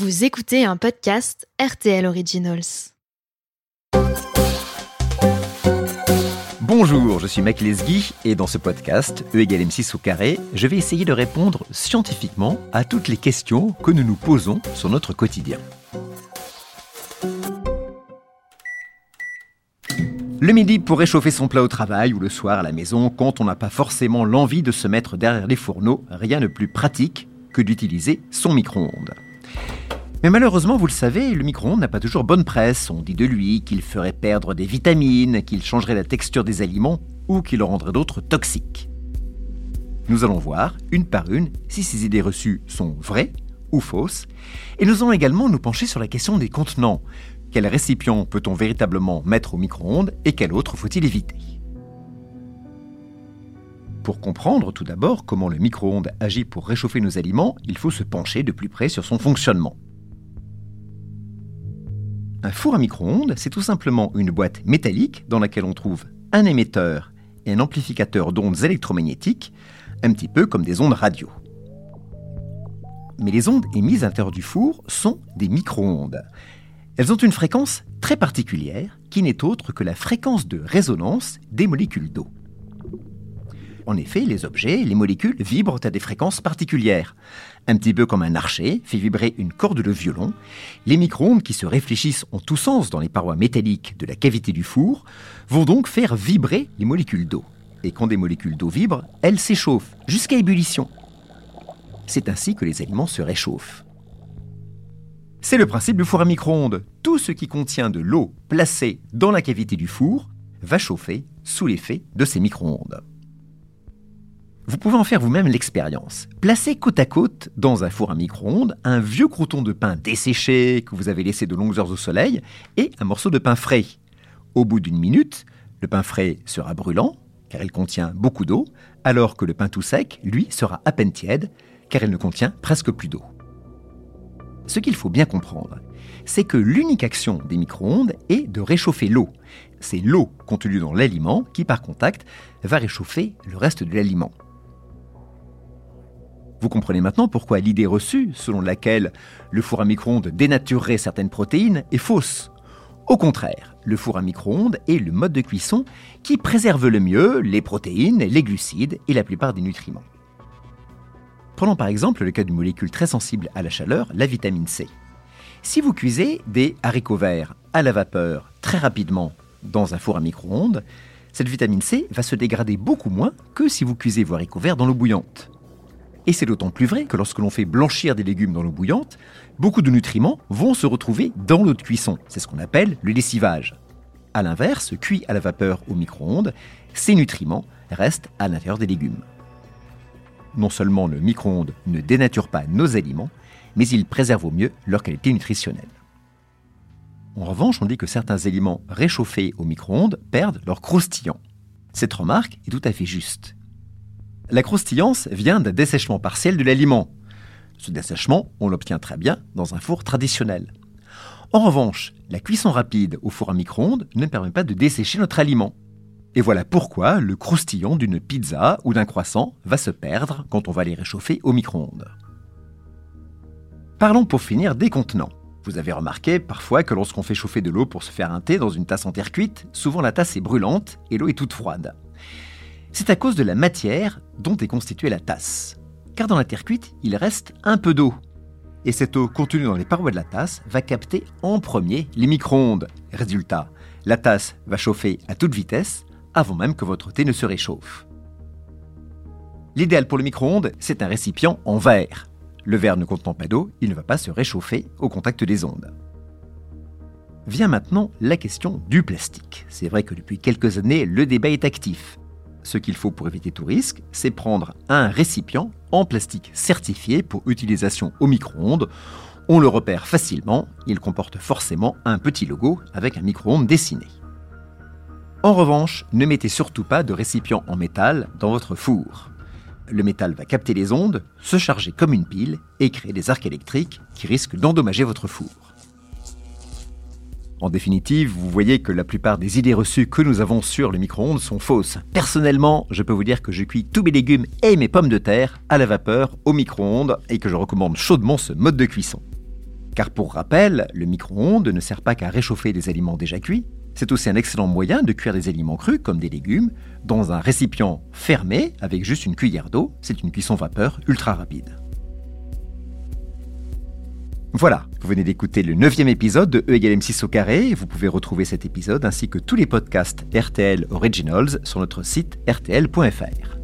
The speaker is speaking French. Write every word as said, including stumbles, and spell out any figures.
Vous écoutez un podcast R T L Originals. Bonjour, je suis Mac Lesguy et dans ce podcast, E égale M six au carré, je vais essayer de répondre scientifiquement à toutes les questions que nous nous posons sur notre quotidien. Le midi pour réchauffer son plat au travail ou le soir à la maison, quand on n'a pas forcément l'envie de se mettre derrière les fourneaux, rien de plus pratique que d'utiliser son micro-ondes. Mais malheureusement, vous le savez, le micro-ondes n'a pas toujours bonne presse. On dit de lui qu'il ferait perdre des vitamines, qu'il changerait la texture des aliments ou qu'il en rendrait d'autres toxiques. Nous allons voir, une par une, si ces idées reçues sont vraies ou fausses. Et nous allons également nous pencher sur la question des contenants. Quel récipient peut-on véritablement mettre au micro-ondes et quel autre faut-il éviter ? Pour comprendre tout d'abord comment le micro-ondes agit pour réchauffer nos aliments, il faut se pencher de plus près sur son fonctionnement. Un four à micro-ondes, c'est tout simplement une boîte métallique dans laquelle on trouve un émetteur et un amplificateur d'ondes électromagnétiques, un petit peu comme des ondes radio. Mais les ondes émises à l'intérieur du four sont des micro-ondes. Elles ont une fréquence très particulière qui n'est autre que la fréquence de résonance des molécules d'eau. En effet, les objets, les molécules vibrent à des fréquences particulières. Un petit peu comme un archer fait vibrer une corde de violon, les micro-ondes qui se réfléchissent en tous sens dans les parois métalliques de la cavité du four vont donc faire vibrer les molécules d'eau. Et quand des molécules d'eau vibrent, elles s'échauffent jusqu'à ébullition. C'est ainsi que les aliments se réchauffent. C'est le principe du four à micro-ondes. Tout ce qui contient de l'eau placée dans la cavité du four va chauffer sous l'effet de ces micro-ondes. Vous pouvez en faire vous-même l'expérience. Placez côte à côte, dans un four à micro-ondes, un vieux crouton de pain desséché que vous avez laissé de longues heures au soleil et un morceau de pain frais. Au bout d'une minute, le pain frais sera brûlant, car il contient beaucoup d'eau, alors que le pain tout sec, lui, sera à peine tiède, car il ne contient presque plus d'eau. Ce qu'il faut bien comprendre, c'est que l'unique action des micro-ondes est de réchauffer l'eau. C'est l'eau contenue dans l'aliment qui, par contact, va réchauffer le reste de l'aliment. Vous comprenez maintenant pourquoi l'idée reçue, selon laquelle le four à micro-ondes dénaturerait certaines protéines, est fausse. Au contraire, le four à micro-ondes est le mode de cuisson qui préserve le mieux les protéines, les glucides et la plupart des nutriments. Prenons par exemple le cas d'une molécule très sensible à la chaleur, la vitamine C. Si vous cuisez des haricots verts à la vapeur très rapidement dans un four à micro-ondes, cette vitamine C va se dégrader beaucoup moins que si vous cuisez vos haricots verts dans l'eau bouillante. Et c'est d'autant plus vrai que lorsque l'on fait blanchir des légumes dans l'eau bouillante, beaucoup de nutriments vont se retrouver dans l'eau de cuisson. C'est ce qu'on appelle le lessivage. A l'inverse, cuit à la vapeur au micro-ondes, ces nutriments restent à l'intérieur des légumes. Non seulement le micro-ondes ne dénature pas nos aliments, mais il préserve au mieux leur qualité nutritionnelle. En revanche, on dit que certains aliments réchauffés au micro-ondes perdent leur croustillant. Cette remarque est tout à fait juste. La croustillance vient d'un dessèchement partiel de l'aliment. Ce dessèchement, on l'obtient très bien dans un four traditionnel. En revanche, la cuisson rapide au four à micro-ondes ne permet pas de dessécher notre aliment. Et voilà pourquoi le croustillant d'une pizza ou d'un croissant va se perdre quand on va les réchauffer au micro-ondes. Parlons pour finir des contenants. Vous avez remarqué parfois que lorsqu'on fait chauffer de l'eau pour se faire un thé dans une tasse en terre cuite, souvent la tasse est brûlante et l'eau est toute froide. C'est à cause de la matière dont est constituée la tasse. Car dans la terre cuite, il reste un peu d'eau. Et cette eau contenue dans les parois de la tasse va capter en premier les micro-ondes. Résultat, la tasse va chauffer à toute vitesse avant même que votre thé ne se réchauffe. L'idéal pour le micro-ondes, c'est un récipient en verre. Le verre ne contenant pas d'eau, il ne va pas se réchauffer au contact des ondes. Vient maintenant la question du plastique. C'est vrai que depuis quelques années, le débat est actif. Ce qu'il faut pour éviter tout risque, c'est prendre un récipient en plastique certifié pour utilisation au micro-ondes. On le repère facilement, il comporte forcément un petit logo avec un micro-ondes dessiné. En revanche, ne mettez surtout pas de récipient en métal dans votre four. Le métal va capter les ondes, se charger comme une pile et créer des arcs électriques qui risquent d'endommager votre four. En définitive, vous voyez que la plupart des idées reçues que nous avons sur le micro-ondes sont fausses. Personnellement, je peux vous dire que je cuis tous mes légumes et mes pommes de terre à la vapeur au micro-ondes et que je recommande chaudement ce mode de cuisson. Car pour rappel, le micro-ondes ne sert pas qu'à réchauffer des aliments déjà cuits, c'est aussi un excellent moyen de cuire des aliments crus, comme des légumes, dans un récipient fermé avec juste une cuillère d'eau. C'est une cuisson vapeur ultra rapide. Voilà, vous venez d'écouter le neuvième épisode de E égale M six au carré. Vous pouvez retrouver cet épisode ainsi que tous les podcasts R T L Originals sur notre site r t l point f r.